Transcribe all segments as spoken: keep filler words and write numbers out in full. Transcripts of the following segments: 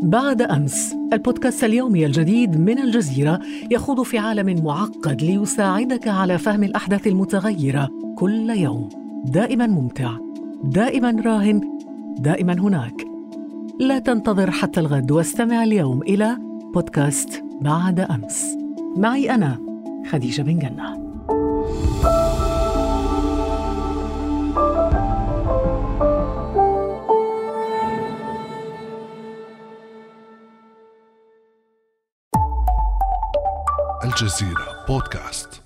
بعد أمس، البودكاست اليومي الجديد من الجزيرة يخوض في عالم معقد ليساعدك على فهم الأحداث المتغيرة كل يوم. دائما ممتع، دائما راهن، دائما هناك. لا تنتظر حتى الغد واستمع اليوم إلى بودكاست بعد أمس. معي أنا خديجة بن جنة. الجزيرة بودكاست.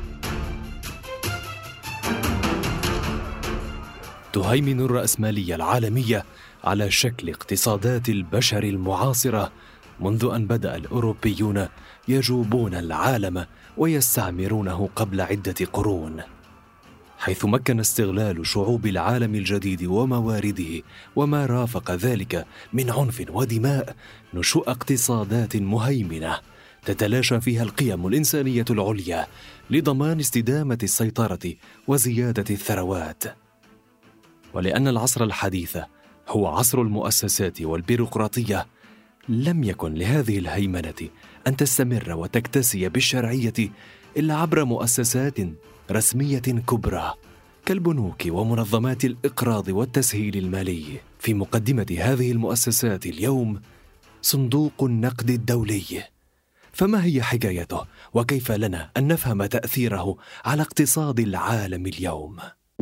تهيمن الرأسمالية العالمية على شكل اقتصادات البشر المعاصرة منذ أن بدأ الأوروبيون يجوبون العالم ويستعمرونه قبل عدة قرون، حيث مكن استغلال شعوب العالم الجديد وموارده وما رافق ذلك من عنف ودماء نشوء اقتصادات مهيمنة تتلاشى فيها القيم الإنسانية العليا لضمان استدامة السيطرة وزيادة الثروات. ولأن العصر الحديث هو عصر المؤسسات والبيروقراطية، لم يكن لهذه الهيمنة أن تستمر وتكتسي بالشرعية إلا عبر مؤسسات رسمية كبرى كالبنوك ومنظمات الإقراض والتسهيل المالي. في مقدمة هذه المؤسسات اليوم صندوق النقد الدولي. فما هي حكايته وكيف لنا أن نفهم تأثيره على اقتصاد العالم اليوم؟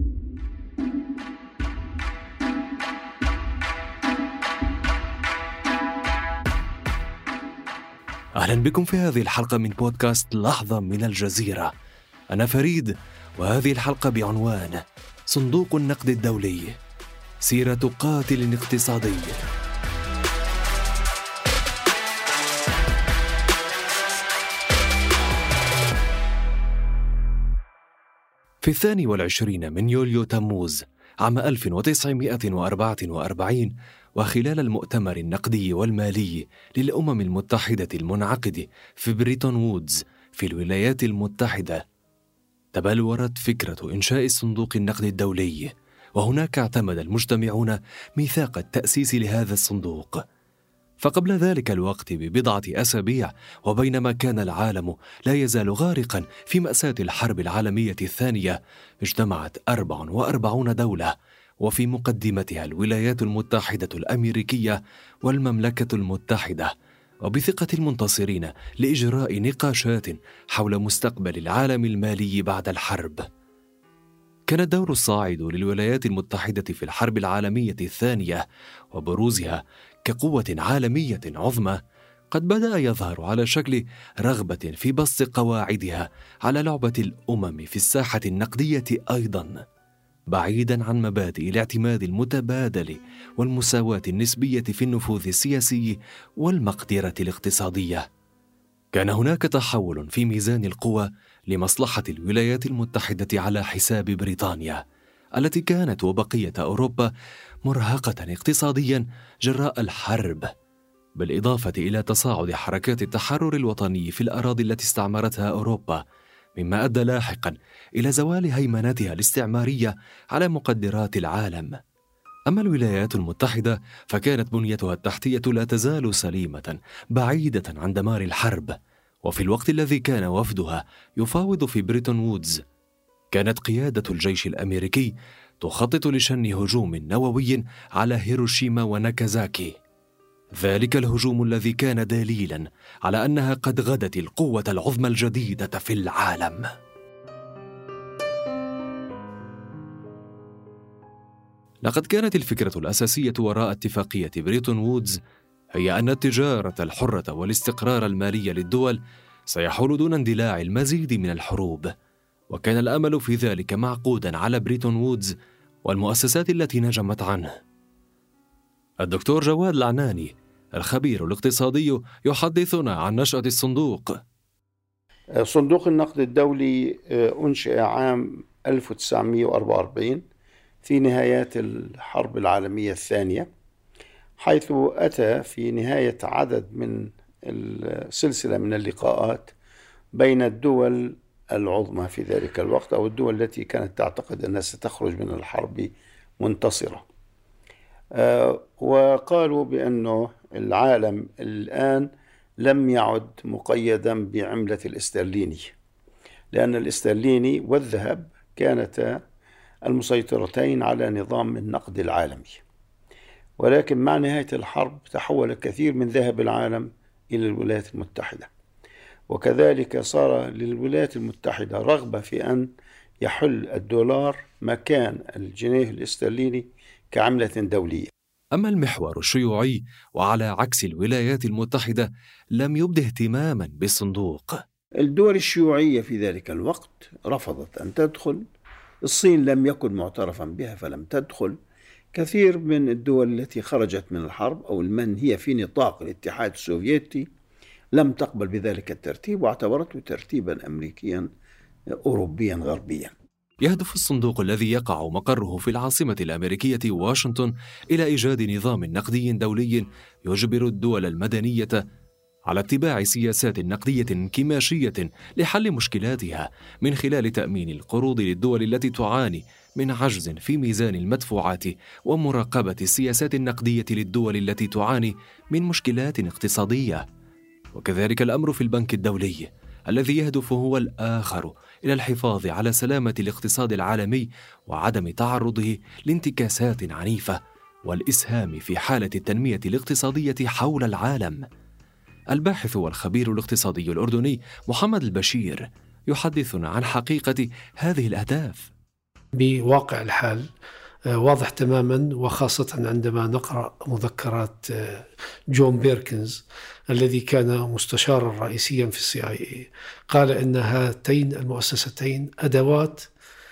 أهلا بكم في هذه الحلقة من بودكاست لحظة من الجزيرة. أنا فريد، وهذه الحلقة بعنوان صندوق النقد الدولي، سيرة قاتل اقتصادي. في الثاني والعشرين من يوليو تموز عام ألف وتسعمائة وأربعة وأربعين، وخلال المؤتمر النقدي والمالي للأمم المتحدة المنعقد في بريتون وودز في الولايات المتحدة، تبلورت فكرة إنشاء صندوق النقد الدولي. وهناك اعتمد المجتمعون ميثاق التأسيس لهذا الصندوق. فقبل ذلك الوقت ببضعة أسابيع، وبينما كان العالم لا يزال غارقا في مأساة الحرب العالمية الثانية، اجتمعت أربع وأربعون دولة، وفي مقدمتها الولايات المتحدة الأمريكية والمملكة المتحدة، وبثقة المنتصرين لإجراء نقاشات حول مستقبل العالم المالي بعد الحرب. كان الدور الصاعد للولايات المتحدة في الحرب العالمية الثانية وبروزها كقوة عالمية عظمى قد بدأ يظهر على شكل رغبة في بسط قواعدها على لعبة الأمم في الساحة النقدية أيضاً، بعيداً عن مبادئ الاعتماد المتبادل والمساواة النسبية في النفوذ السياسي والمقدرة الاقتصادية. كان هناك تحول في ميزان القوى لمصلحة الولايات المتحدة على حساب بريطانيا، التي كانت وبقية أوروبا مرهقة اقتصاديا جراء الحرب، بالإضافة إلى تصاعد حركات التحرر الوطني في الأراضي التي استعمرتها أوروبا، مما أدى لاحقا إلى زوال هيمنتها الاستعمارية على مقدرات العالم. أما الولايات المتحدة فكانت بنيتها التحتية لا تزال سليمة بعيدة عن دمار الحرب. وفي الوقت الذي كان وفدها يفاوض في بريتون وودز، كانت قيادة الجيش الأمريكي تخطط لشن هجوم نووي على هيروشيما وناكازاكي، ذلك الهجوم الذي كان دليلا على أنها قد غدت القوة العظمى الجديدة في العالم. لقد كانت الفكرة الأساسية وراء اتفاقية بريتون وودز هي أن التجارة الحرة والاستقرار المالي للدول سيحول دون اندلاع المزيد من الحروب، وكان الأمل في ذلك معقودا على بريتون وودز والمؤسسات التي نجمت عنه. الدكتور جواد العناني الخبير الاقتصادي يحدثنا عن نشأة الصندوق. صندوق النقد الدولي أنشئ عام ألف وتسعمائة وأربعة وأربعين في نهايات الحرب العالمية الثانية، حيث أتى في نهاية عدد من السلسلة من اللقاءات بين الدول العظمى في ذلك الوقت، أو الدول التي كانت تعتقد أنها ستخرج من الحرب منتصرة. وقالوا بأنه العالم الآن لم يعد مقيدا بعملة الاسترليني، لأن الاسترليني والذهب كانتا المسيطرتين على نظام النقد العالمي، ولكن مع نهاية الحرب تحول كثير من ذهب العالم إلى الولايات المتحدة، وكذلك صار للولايات المتحدة رغبة في أن يحل الدولار مكان الجنيه الاسترليني كعملة دولية. أما المحور الشيوعي وعلى عكس الولايات المتحدة لم يبدي اهتماما بالصندوق. الدول الشيوعية في ذلك الوقت رفضت أن تدخل، الصين لم يكن معترفا بها فلم تدخل، كثير من الدول التي خرجت من الحرب أو من هي في نطاق الاتحاد السوفيتي لم تقبل بذلك الترتيب واعتبرته ترتيبا أمريكيا أوروبيا غربيا. يهدف الصندوق الذي يقع مقره في العاصمة الأمريكية واشنطن إلى إيجاد نظام نقدي دولي يجبر الدول المدنية على اتباع سياسات نقدية انكماشية لحل مشكلاتها، من خلال تأمين القروض للدول التي تعاني من عجز في ميزان المدفوعات، ومراقبة السياسات النقدية للدول التي تعاني من مشكلات اقتصادية. وكذلك الأمر في البنك الدولي الذي يهدف هو الآخر إلى الحفاظ على سلامة الاقتصاد العالمي وعدم تعرضه لانتكاسات عنيفة، والإسهام في حالة التنمية الاقتصادية حول العالم. الباحث والخبير الاقتصادي الأردني محمد البشير يحدثنا عن حقيقة هذه الأهداف. بواقع الحال واضح تماما، وخاصة عندما نقرأ مذكرات جون بيركنز الذي كان مستشارا رئيسيا في السي آي إي، قال إن هاتين المؤسستين أدوات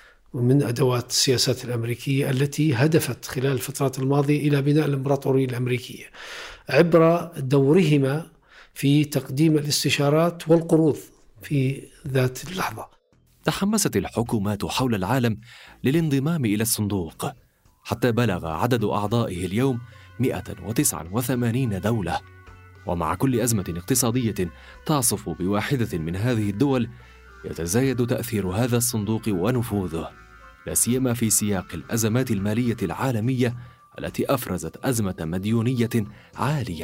من أدوات السياسات الأمريكية التي هدفت خلال الفترات الماضية إلى بناء الإمبراطورية الأمريكية عبر دورهما في تقديم الاستشارات والقروض في ذات اللحظة. تحمست الحكومات حول العالم للانضمام إلى الصندوق حتى بلغ عدد أعضائه اليوم مئة وتسعة وثمانين دولة، ومع كل أزمة اقتصادية تعصف بواحدة من هذه الدول يتزايد تأثير هذا الصندوق ونفوذه، لا سيما في سياق الأزمات المالية العالمية التي أفرزت أزمة مديونية عالية.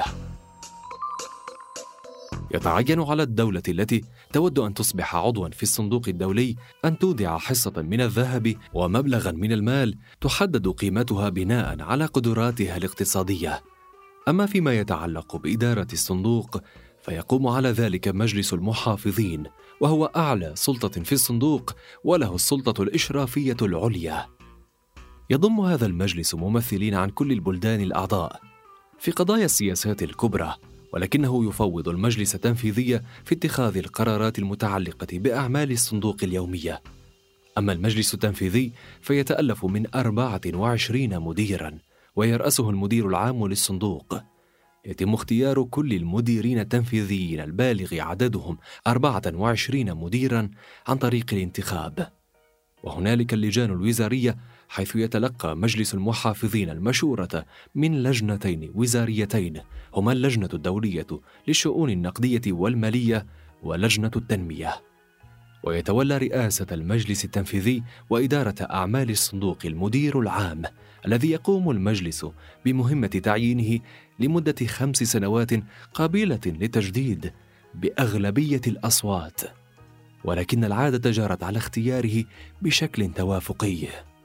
يتعين على الدولة التي تود أن تصبح عضواً في الصندوق الدولي أن تودع حصة من الذهب ومبلغاً من المال تحدد قيمتها بناءً على قدراتها الاقتصادية. أما فيما يتعلق بإدارة الصندوق فيقوم على ذلك مجلس المحافظين، وهو أعلى سلطة في الصندوق وله السلطة الإشرافية العليا. يضم هذا المجلس ممثلين عن كل البلدان الأعضاء في قضايا السياسات الكبرى، ولكنه يفوض المجلس التنفيذي في اتخاذ القرارات المتعلقة بأعمال الصندوق اليومية. أما المجلس التنفيذي فيتألف من أربعة وعشرين مديراً، ويرأسه المدير العام للصندوق. يتم اختيار كل المديرين التنفيذيين البالغ عددهم أربعة وعشرين مديراً عن طريق الانتخاب. وهنالك اللجان الوزارية، حيث يتلقى مجلس المحافظين المشورة من لجنتين وزاريتين هما اللجنة الدولية للشؤون النقدية والمالية ولجنة التنمية. ويتولى رئاسة المجلس التنفيذي وإدارة أعمال الصندوق المدير العام، الذي يقوم المجلس بمهمة تعيينه لمدة خمس سنوات قابلة للتجديد بأغلبية الأصوات، ولكن العادة جرت على اختياره بشكل توافقي.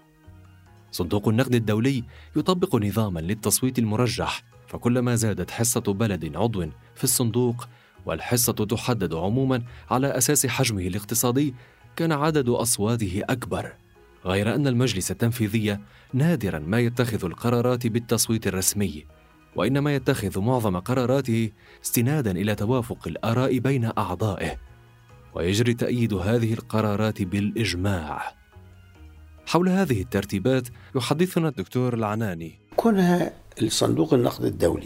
صندوق النقد الدولي يطبق نظاماً للتصويت المرجح، فكلما زادت حصة بلد عضو في الصندوق، والحصة تحدد عموماً على أساس حجمه الاقتصادي، كان عدد أصواته أكبر. غير أن المجلس التنفيذي نادراً ما يتخذ القرارات بالتصويت الرسمي، وإنما يتخذ معظم قراراته استناداً إلى توافق الآراء بين أعضائه، ويجري تأييد هذه القرارات بالإجماع. حول هذه الترتيبات يحدثنا الدكتور العناني. كونها الصندوق النقد الدولي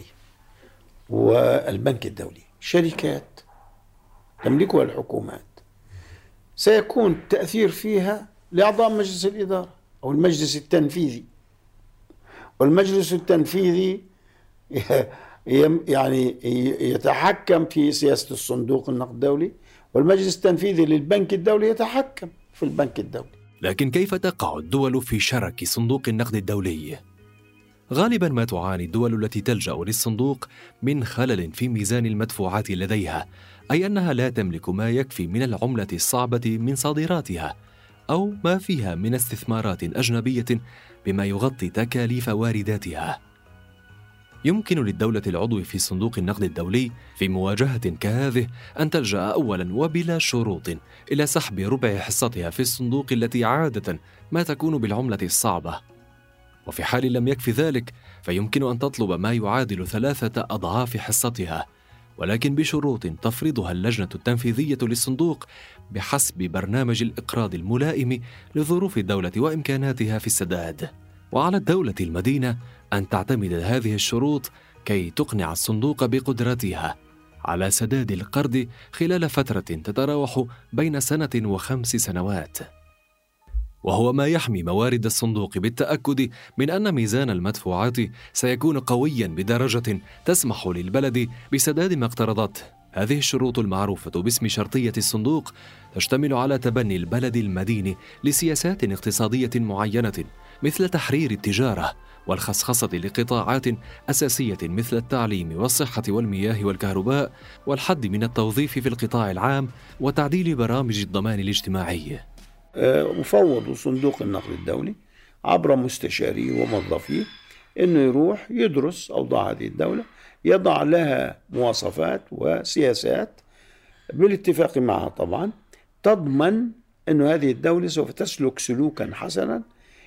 والبنك الدولي شركات تملكها الحكومات، سيكون التأثير فيها لأعضاء مجلس الإدارة أو المجلس التنفيذي، والمجلس التنفيذي يعني يتحكم في سياسة الصندوق النقد الدولي، والمجلس التنفيذي للبنك الدولي يتحكم في البنك الدولي. لكن كيف تقع الدول في شرك صندوق النقد الدولي؟ غالبا ما تعاني الدول التي تلجأ للصندوق من خلل في ميزان المدفوعات لديها، أي أنها لا تملك ما يكفي من العملة الصعبة من صادراتها، أو ما فيها من استثمارات أجنبية بما يغطي تكاليف وارداتها. يمكن للدولة العضو في صندوق النقد الدولي في مواجهة كهذه أن تلجأ أولاً وبلا شروط إلى سحب ربع حصتها في الصندوق التي عادة ما تكون بالعملة الصعبة، وفي حال لم يكفي ذلك فيمكن أن تطلب ما يعادل ثلاثة أضعاف حصتها، ولكن بشروط تفرضها اللجنة التنفيذية للصندوق بحسب برنامج الإقراض الملائم لظروف الدولة وإمكاناتها في السداد. وعلى الدولة المدينة أن تعتمد هذه الشروط كي تقنع الصندوق بقدرتها على سداد القرض خلال فترة تتراوح بين سنة وخمس سنوات، وهو ما يحمي موارد الصندوق بالتأكد من أن ميزان المدفوعات سيكون قوياً بدرجة تسمح للبلد بسداد ما اقترضته. هذه الشروط المعروفة باسم شرطية الصندوق تشتمل على تبني البلد المدين لسياسات اقتصادية معينة، مثل تحرير التجارة والخصخصة لقطاعات أساسية مثل التعليم والصحة والمياه والكهرباء، والحد من التوظيف في القطاع العام، وتعديل برامج الضمان الاجتماعي. مفوض صندوق النقد الدولي عبر مستشاريه وموظفيه أنه يروح يدرس أوضاع هذه الدولة، يضع لها مواصفات وسياسات بالاتفاق معها طبعا تضمن أن هذه الدولة سوف تسلك سلوكا حسنا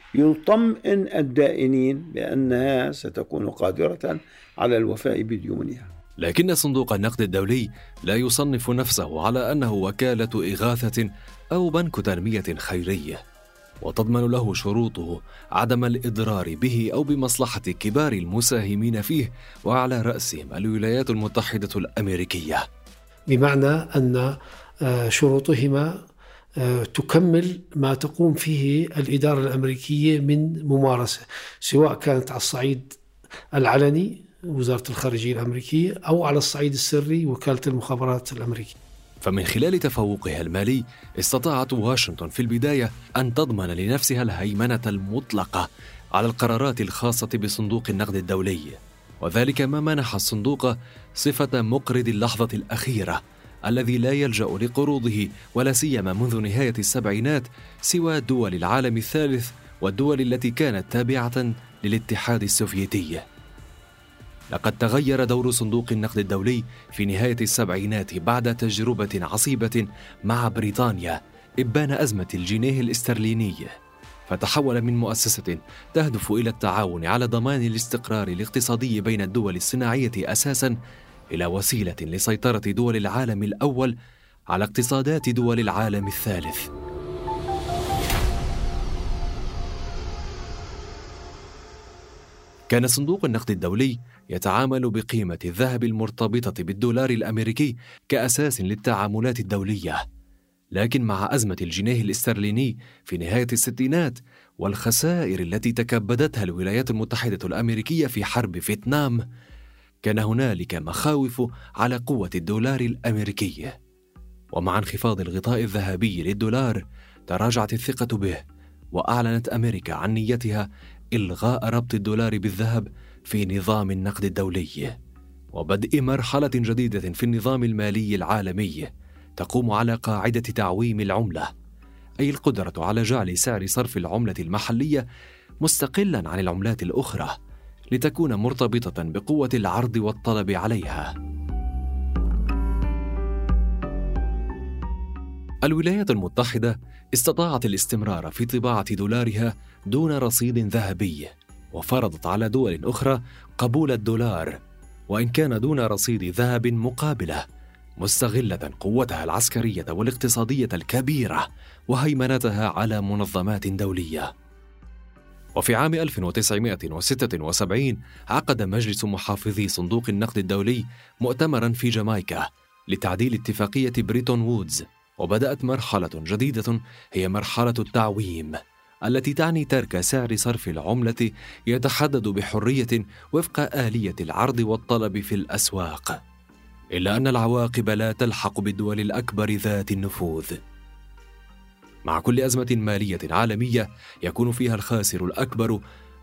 يطمئن الدائنين بأنها ستكون قادرة على الوفاء بديونها. لكن صندوق النقد الدولي لا يصنف نفسه على أنه وكالة إغاثة أو بنك تنمية خيرية، وتضمن له شروطه عدم الإضرار به أو بمصلحة كبار المساهمين فيه، وعلى رأسهم الولايات المتحدة الأمريكية، بمعنى أن شروطهما تكمل ما تقوم فيه الإدارة الأمريكية من ممارسة، سواء كانت على الصعيد العلني وزارة الخارجية الأمريكية أو على الصعيد السري وكالة المخابرات الأمريكية. فمن خلال تفوقها المالي استطاعت واشنطن في البداية أن تضمن لنفسها الهيمنة المطلقة على القرارات الخاصة بصندوق النقد الدولي، وذلك ما منح الصندوق صفة مقرض اللحظة الأخيرة الذي لا يلجأ لقروضه ولا سيما منذ نهاية السبعينات سوى دول العالم الثالث والدول التي كانت تابعة للاتحاد السوفيتي. لقد تغير دور صندوق النقد الدولي في نهاية السبعينات بعد تجربة عصيبة مع بريطانيا إبان أزمة الجنيه الاسترليني، فتحول من مؤسسة تهدف إلى التعاون على ضمان الاستقرار الاقتصادي بين الدول الصناعية أساساً إلى وسيلة لسيطرة دول العالم الأول على اقتصادات دول العالم الثالث. كان صندوق النقد الدولي يتعامل بقيمة الذهب المرتبطة بالدولار الأمريكي كأساس للتعاملات الدولية، لكن مع أزمة الجنيه الاسترليني في نهاية الستينات والخسائر التي تكبدتها الولايات المتحدة الأمريكية في حرب فيتنام، كان هنالك مخاوف على قوة الدولار الأمريكي، ومع انخفاض الغطاء الذهبي للدولار تراجعت الثقة به، وأعلنت أمريكا عن نيتها إلغاء ربط الدولار بالذهب في نظام النقد الدولي، وبدء مرحلة جديدة في النظام المالي العالمي تقوم على قاعدة تعويم العملة، أي القدرة على جعل سعر صرف العملة المحلية مستقلاً عن العملات الأخرى لتكون مرتبطة بقوة العرض والطلب عليها. الولايات المتحدة استطاعت الاستمرار في طباعة دولارها دون رصيد ذهبي، وفرضت على دول أخرى قبول الدولار وإن كان دون رصيد ذهب مقابله، مستغلة قوتها العسكرية والاقتصادية الكبيرة وهيمنتها على منظمات دولية. وفي عام ألف وتسعمائة وستة وسبعين عقد مجلس محافظي صندوق النقد الدولي مؤتمراً في جامايكا لتعديل اتفاقية بريتون وودز، وبدأت مرحلة جديدة هي مرحلة التعويم التي تعني ترك سعر صرف العملة يتحدد بحرية وفق آلية العرض والطلب في الأسواق، إلا أن العواقب لا تلحق بالدول الأكبر ذات النفوذ. مع كل أزمة مالية عالمية يكون فيها الخاسر الأكبر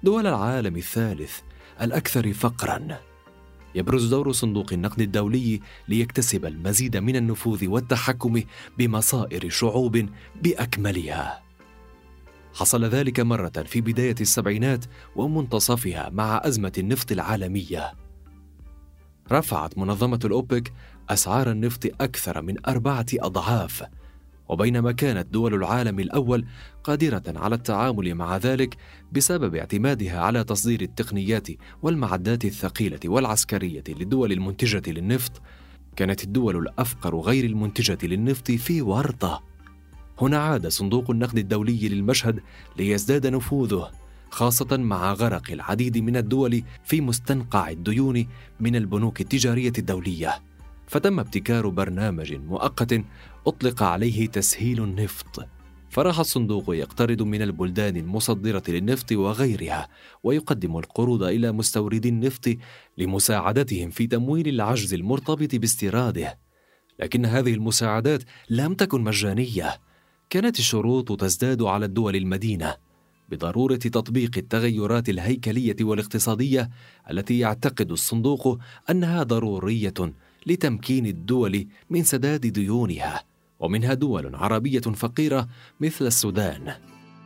دول العالم الثالث الأكثر فقراً. يبرز دور صندوق النقد الدولي ليكتسب المزيد من النفوذ والتحكم بمصائر شعوب بأكملها. حصل ذلك مرة في بداية السبعينات ومنتصفها مع أزمة النفط العالمية. رفعت منظمة الأوبك أسعار النفط أكثر من أربعة أضعاف، وبينما كانت دول العالم الأول قادرة على التعامل مع ذلك بسبب اعتمادها على تصدير التقنيات والمعدات الثقيلة والعسكرية للدول المنتجة للنفط، كانت الدول الأفقر غير المنتجة للنفط في ورطة. هنا عاد صندوق النقد الدولي للمشهد ليزداد نفوذه، خاصة مع غرق العديد من الدول في مستنقع الديون من البنوك التجارية الدولية. فتم ابتكار برنامج مؤقت أطلق عليه تسهيل النفط، فراح الصندوق يقترض من البلدان المصدرة للنفط وغيرها، ويقدم القروض إلى مستوردي النفط لمساعدتهم في تمويل العجز المرتبط باستيراده. لكن هذه المساعدات لم تكن مجانية، كانت الشروط تزداد على الدول المدينة بضرورة تطبيق التغيرات الهيكلية والاقتصادية التي يعتقد الصندوق أنها ضرورية لتمكين الدول من سداد ديونها، ومنها دول عربية فقيرة مثل السودان.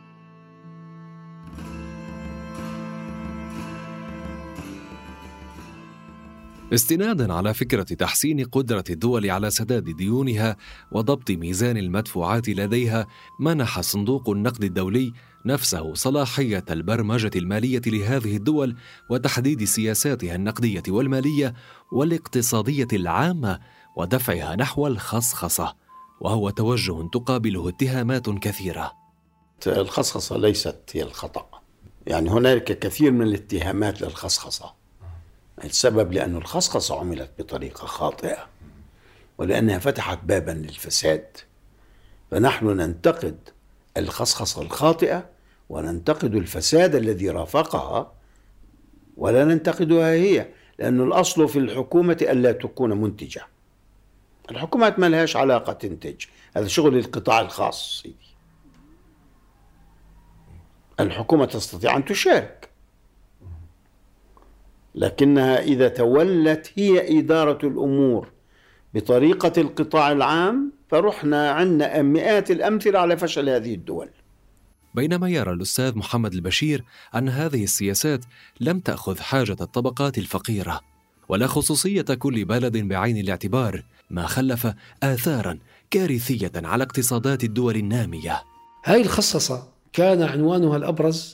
استناداً على فكرة تحسين قدرة الدول على سداد ديونها وضبط ميزان المدفوعات لديها، منح صندوق النقد الدولي نفسه صلاحية البرمجة المالية لهذه الدول وتحديد سياساتها النقدية والمالية والاقتصادية العامة ودفعها نحو الخصخصة، وهو توجه تقابله اتهامات كثيرة. الخصخصة ليست هي الخطأ، يعني هناك كثير من الاتهامات للخصخصة. السبب لأن الخصخصة عملت بطريقة خاطئة ولأنها فتحت بابا للفساد، فنحن ننتقد الخصخصة الخاطئة وننتقد الفساد الذي رافقها، ولا ننتقدها هي، لأن الأصل في الحكومة ألا تكون منتجة. الحكومات ما لهاش علاقة تنتج، هذا شغل القطاع الخاص. الحكومة تستطيع أن تشارك، لكنها إذا تولت هي إدارة الأمور بطريقة القطاع العام فرحنا عندنا مئات الأمثلة على فشل هذه الدول. بينما يرى الأستاذ محمد البشير أن هذه السياسات لم تأخذ حاجة الطبقات الفقيرة ولا خصوصية كل بلد بعين الاعتبار، ما خلف آثاراً كارثية على اقتصادات الدول النامية. هذه الخصصة كان عنوانها الأبرز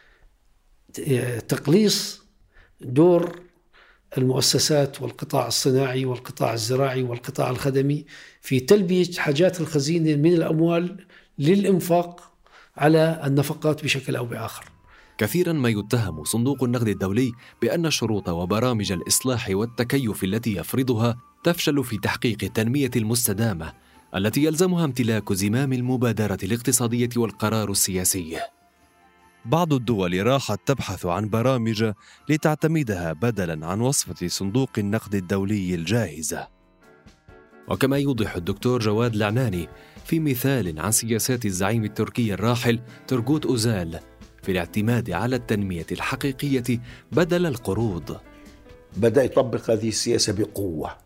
تقليص دور المؤسسات والقطاع الصناعي والقطاع الزراعي والقطاع الخدمي في تلبية حاجات الخزينة من الأموال للإنفاق على النفقات بشكل أو بآخر. كثيرا ما يتهم صندوق النقد الدولي بأن الشروط وبرامج الإصلاح والتكيف التي يفرضها تفشل في تحقيق التنمية المستدامة التي يلزمها امتلاك زمام المبادرة الاقتصادية والقرار السياسي. بعض الدول راحت تبحث عن برامج لتعتمدها بدلاً عن وصفة صندوق النقد الدولي الجاهزة. وكما يوضح الدكتور جواد العناني في مثال عن سياسات الزعيم التركي الراحل تورغوت أوزال في الاعتماد على التنمية الحقيقية بدل القروض، بدأ يطبق هذه السياسة بقوة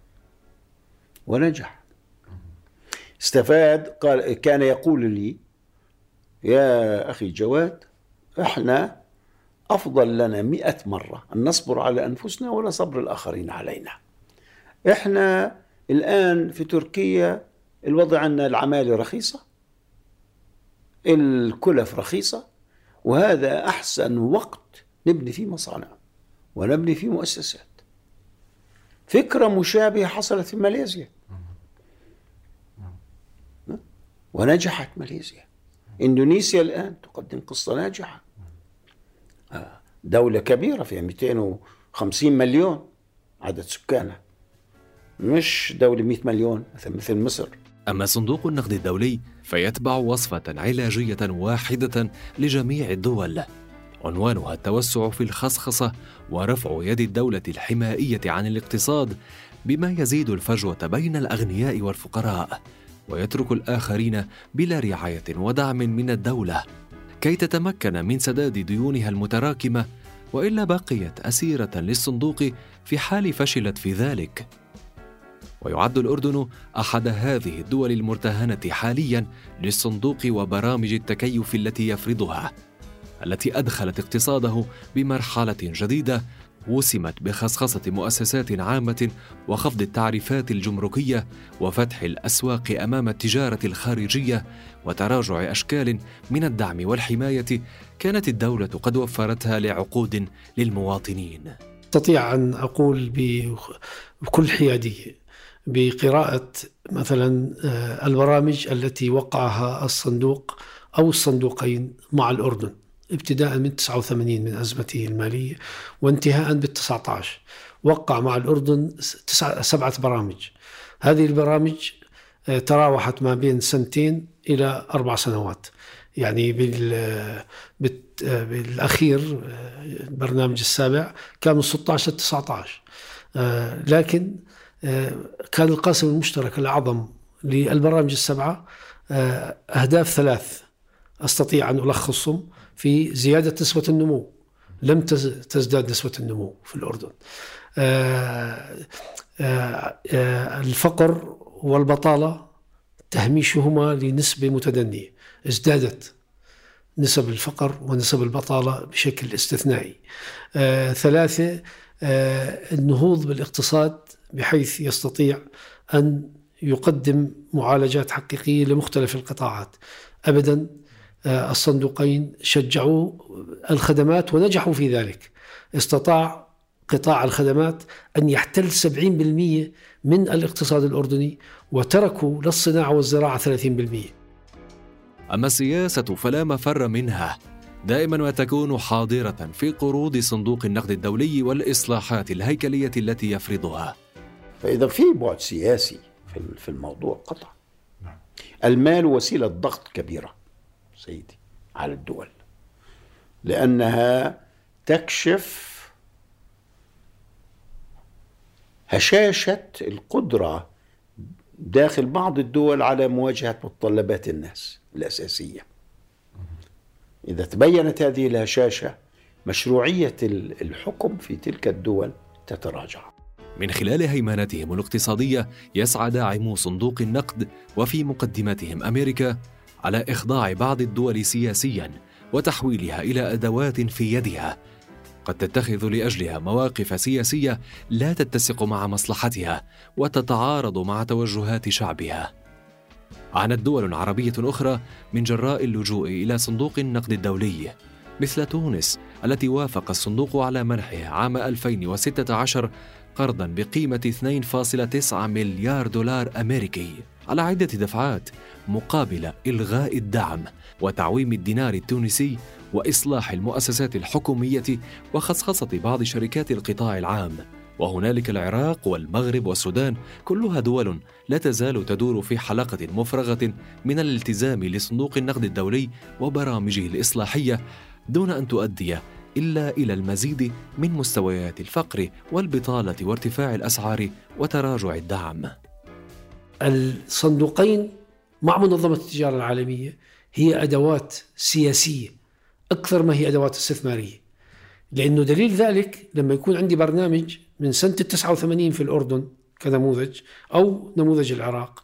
ونجح، استفاد. قال كان يقول لي يا أخي جواد، إحنا أفضل لنا مئة مرة أن نصبر على أنفسنا ولا صبر الآخرين علينا. إحنا الآن في تركيا الوضع عندنا العمالة رخيصة، الكلف رخيصة، وهذا أحسن وقت نبني فيه مصانع ونبني فيه مؤسسات. فكرة مشابهة حصلت في ماليزيا ونجحت ماليزيا. إندونيسيا الآن تقدم قصة ناجحة، دولة كبيرة فيها مئتين وخمسين مليون عدد سكانها، مش دولة مئة مليون مثل مثل مصر. أما صندوق النقد الدولي فيتبع وصفة علاجية واحدة لجميع الدول، عنوانها التوسع في الخصخصة ورفع يد الدولة الحمائية عن الاقتصاد بما يزيد الفجوة بين الأغنياء والفقراء ويترك الآخرين بلا رعاية ودعم من الدولة. كي تتمكن من سداد ديونها المتراكمة، وإلا بقيت أسيرة للصندوق في حال فشلت في ذلك. ويعد الأردن أحد هذه الدول المرتهنة حالياً للصندوق وبرامج التكيف التي يفرضها، التي أدخلت اقتصاده بمرحلة جديدة وسمت بخصخصة مؤسسات عامة وخفض التعريفات الجمركية وفتح الأسواق أمام التجارة الخارجية وتراجع أشكال من الدعم والحماية كانت الدولة قد وفرتها لعقود للمواطنين. أستطيع أن أقول بكل حيادية بقراءة مثلا البرامج التي وقعها الصندوق أو الصندوقين مع الأردن ابتداء من تسعة وثمانين من أزمته المالية وانتهاء بالتسعة عشر، وقع مع الأردن تسعة سبعة برامج. هذه البرامج تراوحت ما بين سنتين إلى أربع سنوات، يعني بال بالأخير البرنامج السابع كان من ستة عشر لتسعة عشر، لكن كان القاسم المشترك الأعظم للبرامج السبعة أهداف ثلاث أستطيع أن ألخصهم في زيادة نسبة النمو. لم تزداد نسبة النمو في الأردن. الفقر والبطالة تهميشهما لنسبة متدنية، ازدادت نسب الفقر ونسب البطالة بشكل استثنائي. ثلاثة، النهوض بالاقتصاد بحيث يستطيع أن يقدم معالجات حقيقية لمختلف القطاعات. أبدا الصندوقين شجعوا الخدمات ونجحوا في ذلك. استطاع قطاع الخدمات أن يحتل سبعين بالمئة من الاقتصاد الأردني، وتركوا للصناعة والزراعة ثلاثين بالمئة. أما السياسة فلا مفر منها، دائما ما تكون حاضرة في قروض صندوق النقد الدولي والإصلاحات الهيكلية التي يفرضها. فإذا في بعد سياسي في الموضوع قطعا. المال وسيلة ضغط كبيرة سيدي على الدول، لأنها تكشف هشاشة القدرة داخل بعض الدول على مواجهة متطلبات الناس الأساسية. إذا تبينت هذه الهشاشة مشروعية الحكم في تلك الدول تتراجع. من خلال هيمنتهم الاقتصادية يسعى داعمو صندوق النقد وفي مقدمتهم أمريكا على إخضاع بعض الدول سياسياً وتحويلها إلى أدوات في يدها قد تتخذ لأجلها مواقف سياسية لا تتسق مع مصلحتها وتتعارض مع توجهات شعبها. عانت دول عربية أخرى من جراء اللجوء إلى صندوق النقد الدولي، مثل تونس التي وافق الصندوق على منحها عام ألفين وستة عشر قرضاً بقيمة اثنين فاصلة تسعة مليار دولار أمريكي على عدة دفعات مقابل إلغاء الدعم وتعويم الدينار التونسي وإصلاح المؤسسات الحكومية وخصخصة بعض شركات القطاع العام. وهنالك العراق والمغرب والسودان، كلها دول لا تزال تدور في حلقة مفرغة من الالتزام لصندوق النقد الدولي وبرامجه الإصلاحية دون أن تؤدي إلا إلى المزيد من مستويات الفقر والبطالة وارتفاع الأسعار وتراجع الدعم. الصندوقين مع منظمة التجارة العالمية هي أدوات سياسية أكثر ما هي أدوات استثمارية، لأنه دليل ذلك لما يكون عندي برنامج من سنة التسعة وثمانين في الأردن كنموذج أو نموذج العراق،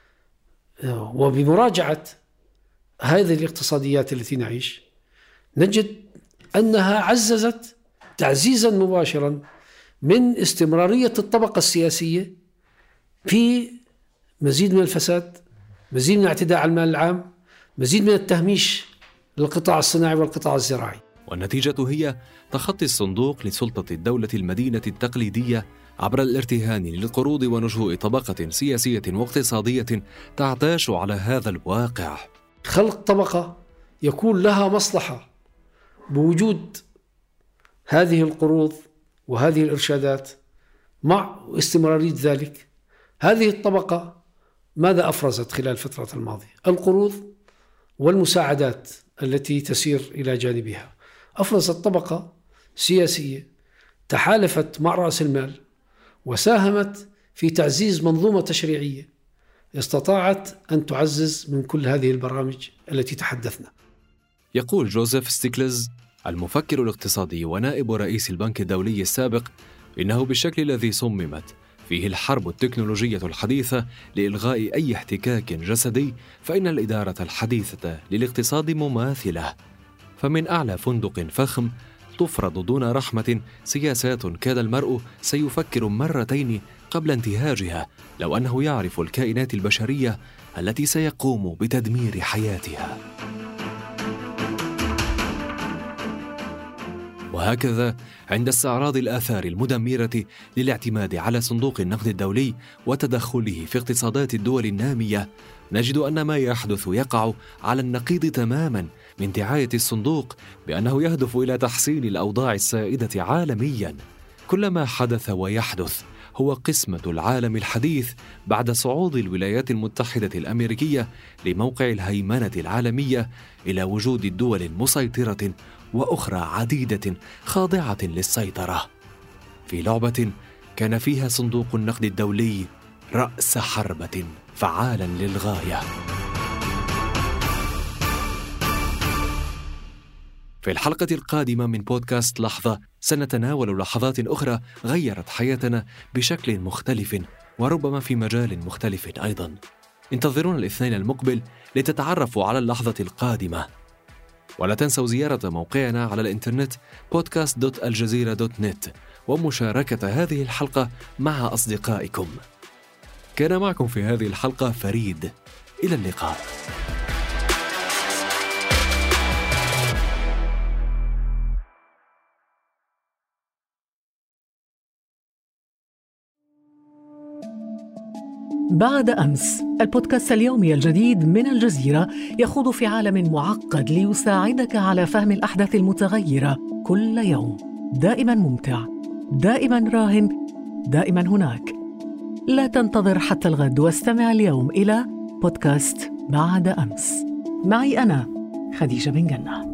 وبمراجعة هذه الاقتصاديات التي نعيش نجد أنها عززت تعزيزا مباشرا من استمرارية الطبقة السياسية في مزيد من الفساد، مزيد من الاعتداء على المال العام، مزيد من التهميش للقطاع الصناعي والقطاع الزراعي. والنتيجة هي تخطي الصندوق لسلطة الدولة المدينة التقليدية عبر الارتهان للقروض ونشوء طبقة سياسية واقتصادية تعتاش على هذا الواقع. خلق طبقة يكون لها مصلحة بوجود هذه القروض وهذه الإرشادات مع استمرارية ذلك. هذه الطبقة ماذا أفرزت خلال الفترة الماضية؟ القروض والمساعدات التي تسير إلى جانبها. أفرزت طبقة سياسية تحالفت مع رأس المال وساهمت في تعزيز منظومة تشريعية استطاعت أن تعزز من كل هذه البرامج التي تحدثنا. يقول جوزيف ستيكلز المفكر الاقتصادي ونائب رئيس البنك الدولي السابق إنه بالشكل الذي صممت فيه الحرب التكنولوجية الحديثة لإلغاء أي احتكاك جسدي، فإن الإدارة الحديثة للاقتصاد مماثلة. فمن أعلى فندق فخم تفرض دون رحمة سياسات كان المرء سيفكر مرتين قبل انتهاجها لو أنه يعرف الكائنات البشرية التي سيقوم بتدمير حياتها. وهكذا عند استعراض الآثار المدمرة للاعتماد على صندوق النقد الدولي وتدخله في اقتصادات الدول النامية، نجد أن ما يحدث يقع على النقيض تماماً من دعاية الصندوق بأنه يهدف إلى تحسين الأوضاع السائدة عالمياً. كل ما حدث ويحدث هو قسمة العالم الحديث بعد صعود الولايات المتحدة الأمريكية لموقع الهيمنة العالمية إلى وجود الدول مسيطرة وأخرى عديدة خاضعة للسيطرة، في لعبة كان فيها صندوق النقد الدولي رأس حربة فعالا للغاية. في الحلقة القادمة من بودكاست لحظة سنتناول لحظات أخرى غيرت حياتنا بشكل مختلف وربما في مجال مختلف أيضا. انتظرونا الاثنين المقبل لتتعرفوا على اللحظة القادمة. ولا تنسوا زيارة موقعنا على الإنترنت بودكاست دوت الجزيرة دوت نت ومشاركة هذه الحلقة مع أصدقائكم. كان معكم في هذه الحلقة فريد. إلى اللقاء. بعد أمس، البودكاست اليومي الجديد من الجزيرة يخوض في عالم معقد ليساعدك على فهم الأحداث المتغيرة كل يوم. دائما ممتع، دائما راهن، دائما هناك. لا تنتظر حتى الغد واستمع اليوم إلى بودكاست بعد أمس. معي أنا خديجة بن جنة.